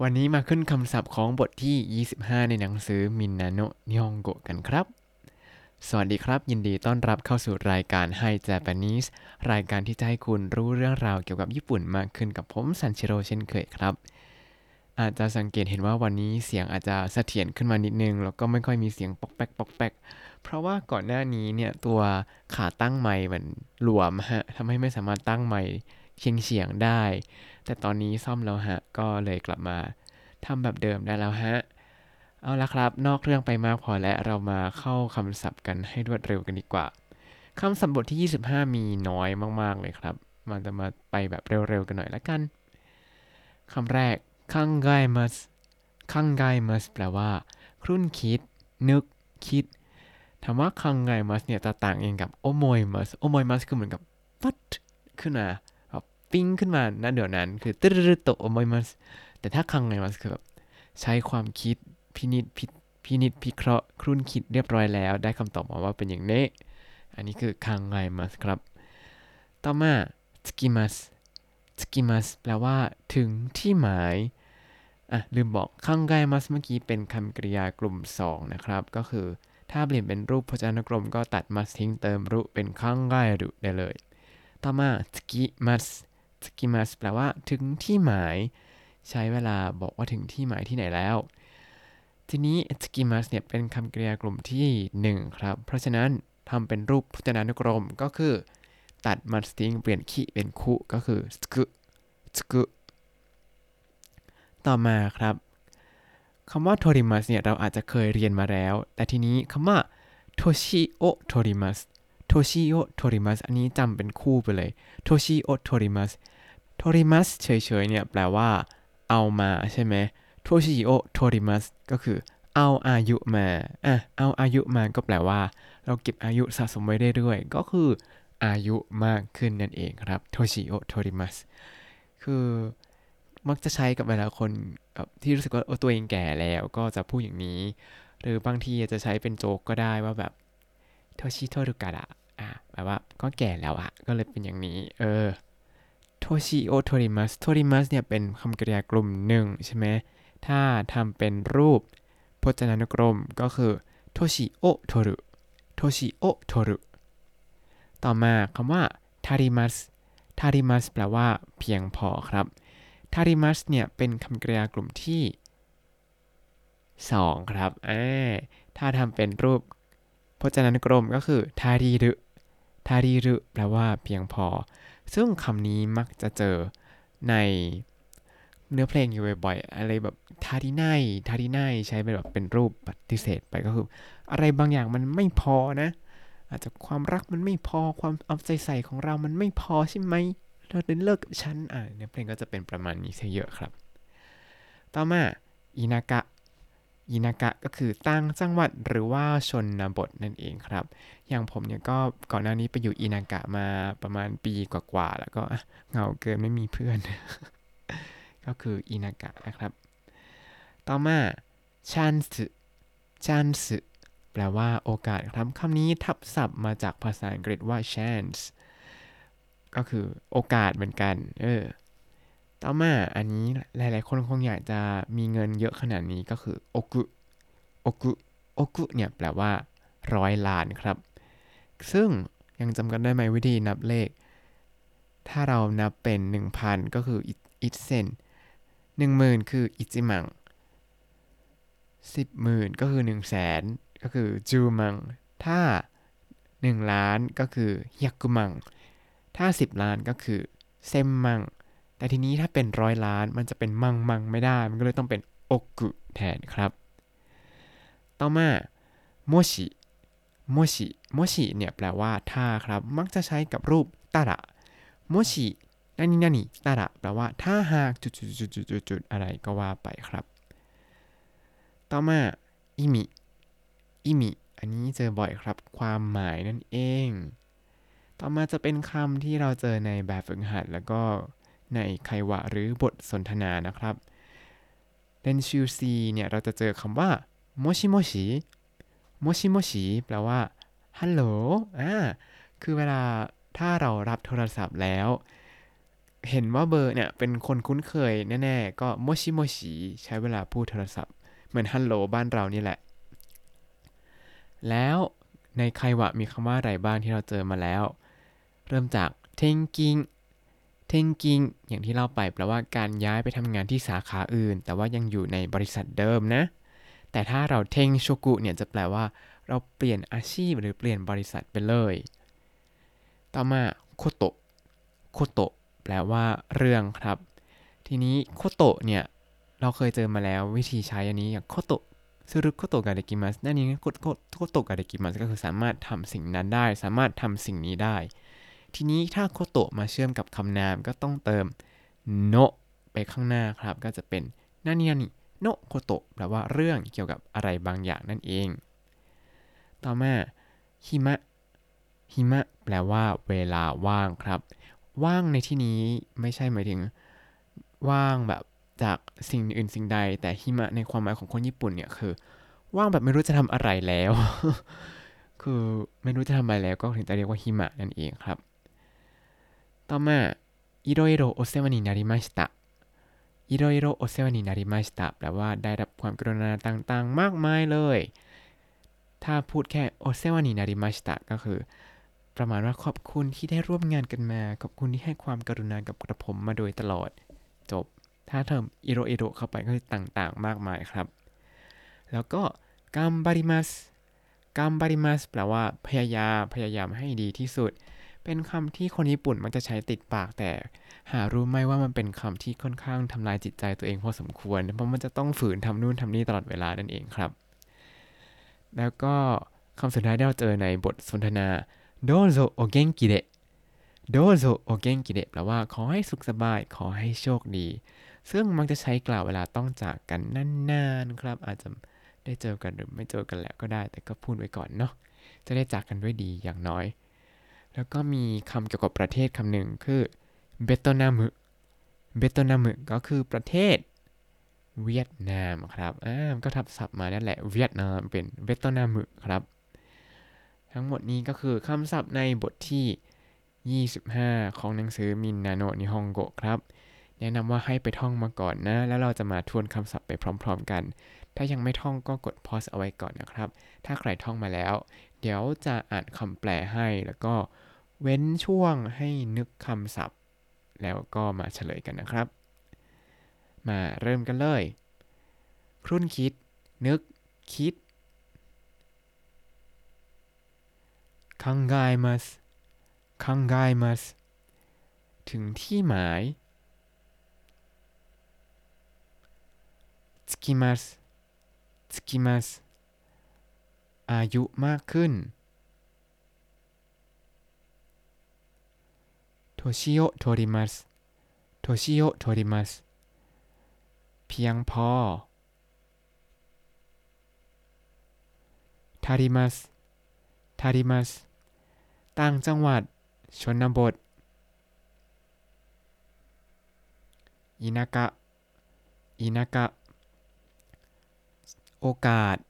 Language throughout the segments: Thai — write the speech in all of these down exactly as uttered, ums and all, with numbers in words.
วันนี้มาขึ้นคำศัพท์ของบทที่ยี่สิบห้าในหนังสือมินนาโนะนิฮงโกะกันครับสวัสดีครับยินดีต้อนรับเข้าสู่รายการ Hi Japanese รายการที่จะให้คุณรู้เรื่องราวเกี่ยวกับญี่ปุ่นมากขึ้นกับผมซันชิโร่เช่นเคยครับอาจจะสังเกตเห็นว่าวันนี้เสียงอาจจะเสถียรขึ้นมานิดนึงแล้วก็ไม่ค่อยมีเสียงปอกแป๊กปอกแป๊กเพราะว่าก่อนหน้านี้เนี่ยตัวขาตั้งไมค์มันหลวมฮะทำให้ไม่สามารถตั้งไมค์เฉียงเฉียงได้แต่ตอนนี้ซ่อมแล้วฮะก็เลยกลับมาทำแบบเดิมได้แล้วฮะเอาละครับนอกเรื่องไปมากพอแล้วเรามาเข้าคำศัพท์กันให้รวดเร็วกันดีกว่าคำศัพท์บทที่ยี่สิบห้ามีน้อยมากๆเลยครับมันจะมาไปแบบเร็วๆกันหน่อยละกันคำแรกคังไกมัสคังไกมัสแปลว่าครุ่นคิดนึกคิดถามว่าคังไกมัสเนี่ยจะต่างเองกับโอโมยมัสโอโมยมัสคือเหมือนกับฟัดขึ้นมาแบบปิ้งขึ้นมาณเดี๋ยวนั้นคือตึ๊ดๆโตโอโมยมัสแต่ถ้าคังไกมัสคือแบบใช้ความคิดพินิจพิพินิจพิเคราะห์ครุ่นคิดเรียบร้อยแล้วได้คำตอบมาว่าเป็นอย่างนี้อันนี้คือคังไกมัสครับต่อมาつきますつきますแปลว่าถึงที่หมายอ่ะลืมบอกคังไกมัสเมื่อกี้เป็นคำกริยากลุ่มสองนะครับก็คือถ้าเปลี่ยนเป็นรูปพจนานุกรมก็ตัดมัสทิ้งเติมรุเป็นคังไกรุได้เลยต่อมาつきますつきますแปลว่าถึงที่หมายใช้เวลาบอกว่าถึงที่หมายที่ไหนแล้วทีนี้つきますเนี่ยเป็นคำกริยากลุ่มที่หนึ่งครับเพราะฉะนั้นทำเป็นรูปพจนานุกรมก็คือตัดมัสทิ้งเปลี่ยนคิเป็นคุก็คือつくつくต่อมาครับคำว่าโทริมัสเนี่ยเราอาจจะเคยเรียนมาแล้วแต่ทีนี้คำว่าโทชิโอโทริมัสโทชิโอโทริมัสอันนี้จำเป็นคู่ไปเลยโทชิโอโทริมัสโทริมัสเฉยๆเนี่ยแปลว่าเอามาใช่ไหมโทชิโอโทริมัสก็คือเอาอายุมาอ่ะเอาอายุมาก็แปลว่าเราเก็บอายุสะสมไว้เรื่อยๆก็คืออายุมากขึ้นนั่นเองครับโทชิโอโทริมัสคือมักจะใช้กับเวลาคนที่รู้สึกว่าตัวเองแก่แล้วก็จะพูดอย่างนี้หรือบางทีจะใช้เป็นโจ๊กก็ได้ว่าแบบโทชิโทรุการะอ่ะแบบว่าก็แก่แล้วอะก็เลยเป็นอย่างนี้เออโทชิโอโทริมัสโทริมัสเนี่ยเป็นคำกริยากลุ่มหนึ่งใช่ไหมถ้าทำเป็นรูปพจนานุกรมก็คือโทชิโอโทรุโทชิโอโทรุต่อมาคำว่าทาริมัสทาริมัสแปลว่าเพียงพอครับทาริมัสเนี่ยเป็นคำกริยากลุ่มที่สองครับอ่าถ้าทำเป็นรูปพจนานุกรมก็คือทาริรุทาริรุแปลว่าเพียงพอซึ่งคำนี้มักจะเจอในเนื้อเพลงอยู่บ่อยๆอะไรแบบทาริไนทาริไนใช้เป็นแบบเป็นรูปปฏิเสธไปก็คืออะไรบางอย่างมันไม่พอนะอาจจะความรักมันไม่พอความเอาใจใส่ของเรามันไม่พอใช่ไหมเราเดินเลิกกับฉันอ่าเนื้อเพลงก็จะเป็นประมาณนี้ซะเยอะครับต่อมาอินากะอินากะก็คือต่างจังหวัดหรือว่าชนบทนั่นเองครับอย่างผมเนี่ยก็ก่อนหน้านี้ไปอยู่อินากะมาประมาณปีกว่าๆแล้วก็เหงาเกินไม่มีเพื่อนก็คืออินากะนะครับต่อมาชันสึชันสึแปลว่าโอกาสครับคำนี้ทับศัพท์มาจากภาษาอังกฤษว่า chance ก็คือโอกาสเหมือนกันเออต่อมาอันนี้หลายๆคนคงอยากจะมีเงินเยอะขนาดนี้ก็คือโอกุโอกุโอกุเนี่ยแปลว่าร้อยล้านครับซึ่งยังจำกันได้ไหมวิธีนับเลขถ้าเรานับเป็นหนึ่งพันก็คืออิเซนหนึ่งหมื่นคืออิจิมังสิบหมื่นก็คือหนึ่งแสนก็คือจูมังถ้าหนึ่งล้านก็คือฮยักกุมังถ้าสิบล้านก็คือเซมมังแต่ทีนี้ถ้าเป็นร้อยล้านมันจะเป็นมังมังไม่ได้มันก็เลยต้องเป็นโอกุแทนครับต่อมาโมชิโมชิโมชิเนี่ยแปลว่าถ้าครับมักจะใช้กับรูปตาระโมชินั่นนี่นั่นนี่ตาระแปลว่าถ้าหากจุดๆๆๆๆอะไรก็ว่าไปครับต่อมาอิมิอิมิอันนี้เจอบ่อยครับความหมายนั่นเองต่อมาจะเป็นคำที่เราเจอในแบบฝึกหัดแล้วก็ในไขวะหรือบทสนทนานะครับเรนชูซีเนี่ยเราจะเจอคำว่าโมชิโมชิโมชิโมชิแปลว่าฮัลโหลอ่าคือเวลาถ้าเรารับโทรศัพท์แล้วเห็นว่าเบอร์เนี่ยเป็นคนคุ้นเคยแน่ๆก็โมชิโมชิใช้เวลาพูดโทรศัพท์เหมือนฮัลโหลบ้านเรานี่แหละแล้วในไควะมีคำว่าอะไรบ้างที่เราเจอมาแล้วเริ่มจากเทงกิงเทงกิงอย่างที่เล่าไปแปลว่าการย้ายไปทำงานที่สาขาอื่นแต่ว่ายังอยู่ในบริษัทเดิมนะแต่ถ้าเราเทงโชกุเนี่ยจะแปลว่าเราเปลี่ยนอาชีพหรือเปลี่ยนบริษัทไปเลยต่อมาโคโตะโคโตะแปลว่าเรื่องครับทีนี้โคโตะเนี่ยเราเคยเจอมาแล้ววิธีใช้อันนี้อย่างโคโตะซึรุโคโตะกาเดกิมัสนั่นนี่โคโตะโคโตะกาเดกิมัสก็คือสามารถทำสิ่งนั้นได้สามารถทำสิ่งนี้ได้ทีนี้ถ้าโคโตะมาเชื่อมกับคำนามก็ต้องเติมโนะไปข้างหน้าครับก็จะเป็นนั่นนี่นี่โนะโคโตะแปลว่าเรื่องเกี่ยวกับอะไรบางอย่างนั่นเองต่อมาหิมะหิมะแปลว่าเวลาว่างครับว่างในที่นี้ไม่ใช่หมายถึงว่างแบบจากสิ่งอื่นสิ่งใดแต่หิมะในความหมายของคนญี่ปุ่นเนี่ยคือว่างแบบไม่รู้จะทำอะไรแล้ว คือไม่รู้จะทำอะไรแล้วก็ถึงจะเรียกว่าหิมะนั่นเองครับต่อมาいろいろお世話になりましたいろいろお世話になりましたแปลว่าได้รับความกรุณาต่างๆมากมายเลยถ้าพูดแค่โอเซวานินาริมาชิตะก็คือประมาณว่าขอบคุณที่ได้ร่วมงานกันมาขอบคุณที่ให้ความกรุณากับกระผมมาโดยตลอดจบถ้าเติมอิโรอิโรเข้าไปก็คือต่างๆมากมายครับแล้วก็กัมบาริมัสกัมบาริมัสแปลว่าพยายามพยายามให้ดีที่สุดเป็นคำที่คนญี่ปุ่นมักจะใช้ติดปากแต่หารู้ไหมว่ามันเป็นคำที่ค่อนข้างทำลายจิตใจตัวเองพอสมควรเพราะมันจะต้องฝืนทำนู่นทำนี่ตลอดเวลานั่นเองครับ แล้วก็คำสุดท้ายที่เราเจอในบทสนทนาโดโซโอเกนกิเดะโดโซโอเกนกิเดะแปลว่าขอให้สุขสบายขอให้โชคดีซึ่งมักจะใช้กล่าวเวลาต้องจากกันนานๆครับอาจจะได้เจอกันหรือไม่เจอกันแล้วก็ได้แต่ก็พูดไว้ก่อนเนาะจะได้จากกันด้วยดีอย่างน้อยแล้วก็มีคำเกี่ยวกับประเทศคำหนึ่งคือเบตนามุเบตนามุก็คือประเทศเวียดนามครับอ่าก็ทับศัพท์มานั่นแหละเวียดนามเป็นเบตนามุครับทั้งหมดนี้ก็คือคำศัพท์ในบทที่ยี่สิบห้าของหนังสือมินนาโนะนิฮงโกะครับแนะนำว่าให้ไปท่องมาก่อนนะแล้วเราจะมาทวนคำศัพท์ไปพร้อมๆกันถ้ายังไม่ท่องก็กดพอสเอาไว้ก่อนนะครับถ้าใครท่องมาแล้วเดี๋ยวจะอ่านคำแปลให้แล้วก็เว้นช่วงให้นึกคำศัพท์แล้วก็มาเฉลยกันนะครับมาเริ่มกันเลยครุ่นคิดนึกคิด考えます考えますถึงที่หมาย着きます着きますอายุมากขึ้น年を取ります年を取りますเพียงพอ足ります足りますต่างจังหวัดชนบท田舎田舎โอกาส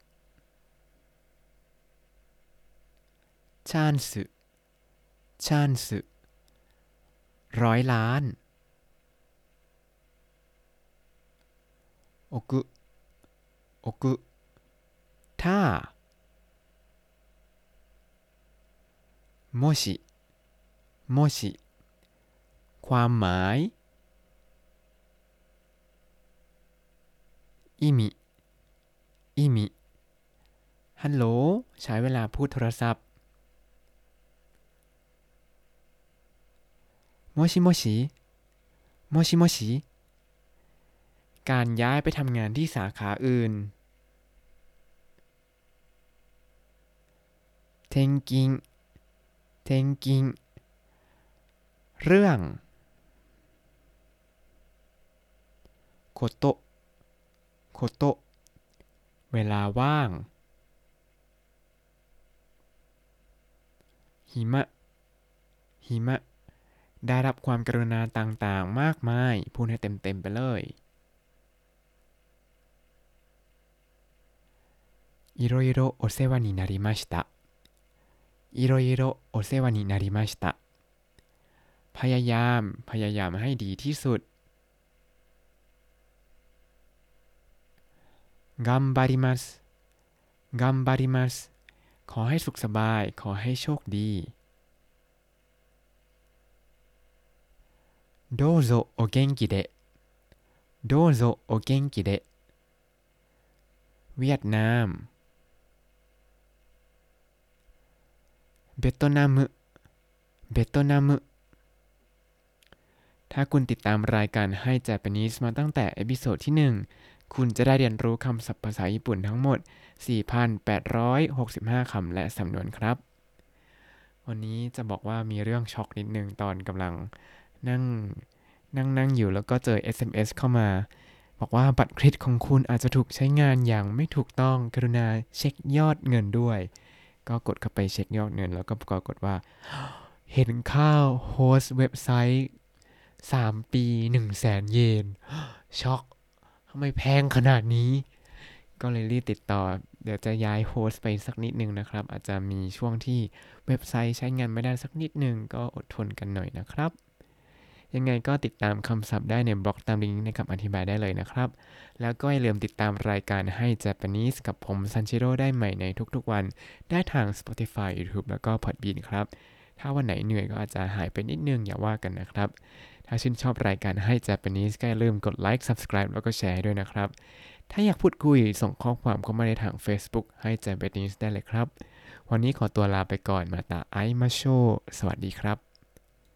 チャンスチャンスร้อยล้าน置く置くถ้าもしもしความหมาย意味意味ฮัลโหลใช้เวลาพูดโทรศัพท์โมชิโมชิโมชิโมชิการย้ายไปทำงานที่สาขาอื่นเทงกิงเทงกิงเรื่องโคโตะโคโตะเวลาว่างหิมะหิมะได้รับความกรุณาต่างๆมากมายพูดให้เต็มๆไปเลยいろいろお世話になりましたいろいろお世話になりましたพยายามพยายามให้ดีที่สุดกัมบาริมัสกัมบาริมัสขอให้สุขสบายขอให้โชคดีโดโซโอเกนกิเดะโดโซโอเกนกิเดะเวียดนามเบตนามุเบตนามุถ้าคุณติดตามรายการให้ Japanese มาตั้งแต่เอพิโซดที่หนึ่งคุณจะได้เรียนรู้คำศัพท์ภาษาญี่ปุ่นทั้งหมด สี่พันแปดร้อยหกสิบห้า คำและสำนวนครับวันนี้จะบอกว่ามีเรื่องช็อกนิดนึงตอนกำลังนั่งนั่งนั่งอยู่แล้วก็เจอ เอส เอ็ม เอส เข้ามาบอกว่าบัตรเครดิตของคุณอาจจะถูกใช้งานอย่างไม่ถูกต้องกรุณาเช็คยอดเงินด้วยก็กดเข้าไปเช็คยอดเงินแล้วก็ปรากฏว่าเห็นค่าโฮสต์เว็บไซต์สามปีหนึ่งแสนเยนช็อกทำไมแพงขนาดนี้ก็เลยรีบติดต่อเดี๋ยวจะย้ายโฮสต์ไปสักนิดนึงนะครับอาจจะมีช่วงที่เว็บไซต์ใช้งานไม่ได้สักนิดนึงก็อดทนกันหน่อยนะครับยังไงก็ติดตามคำศัพท์ได้ในบล็อกตามลิงก์ในคำอธิบายได้เลยนะครับแล้วก็อย่าลืมติดตามรายการให้ Japanese กับผมซันชิโร่ได้ใหม่ในทุกๆวันได้ทาง Spotify YouTube แล้วก็ Podbean ครับถ้าวันไหนเหนื่อยก็อาจจะหายไปนิดนึงอย่าว่ากันนะครับถ้าชื่นชอบรายการให้ Japanese ก็อย่าลืมกดไลค์ Subscribe แล้วก็แชร์ด้วยนะครับถ้าอยากพูดคุยส่งข้อความเข้ามาในทาง Facebook ให้ Japanese ได้เลยครับวันนี้ขอตัวลาไปก่อนมาตาไอมาโชสวัสดีครับ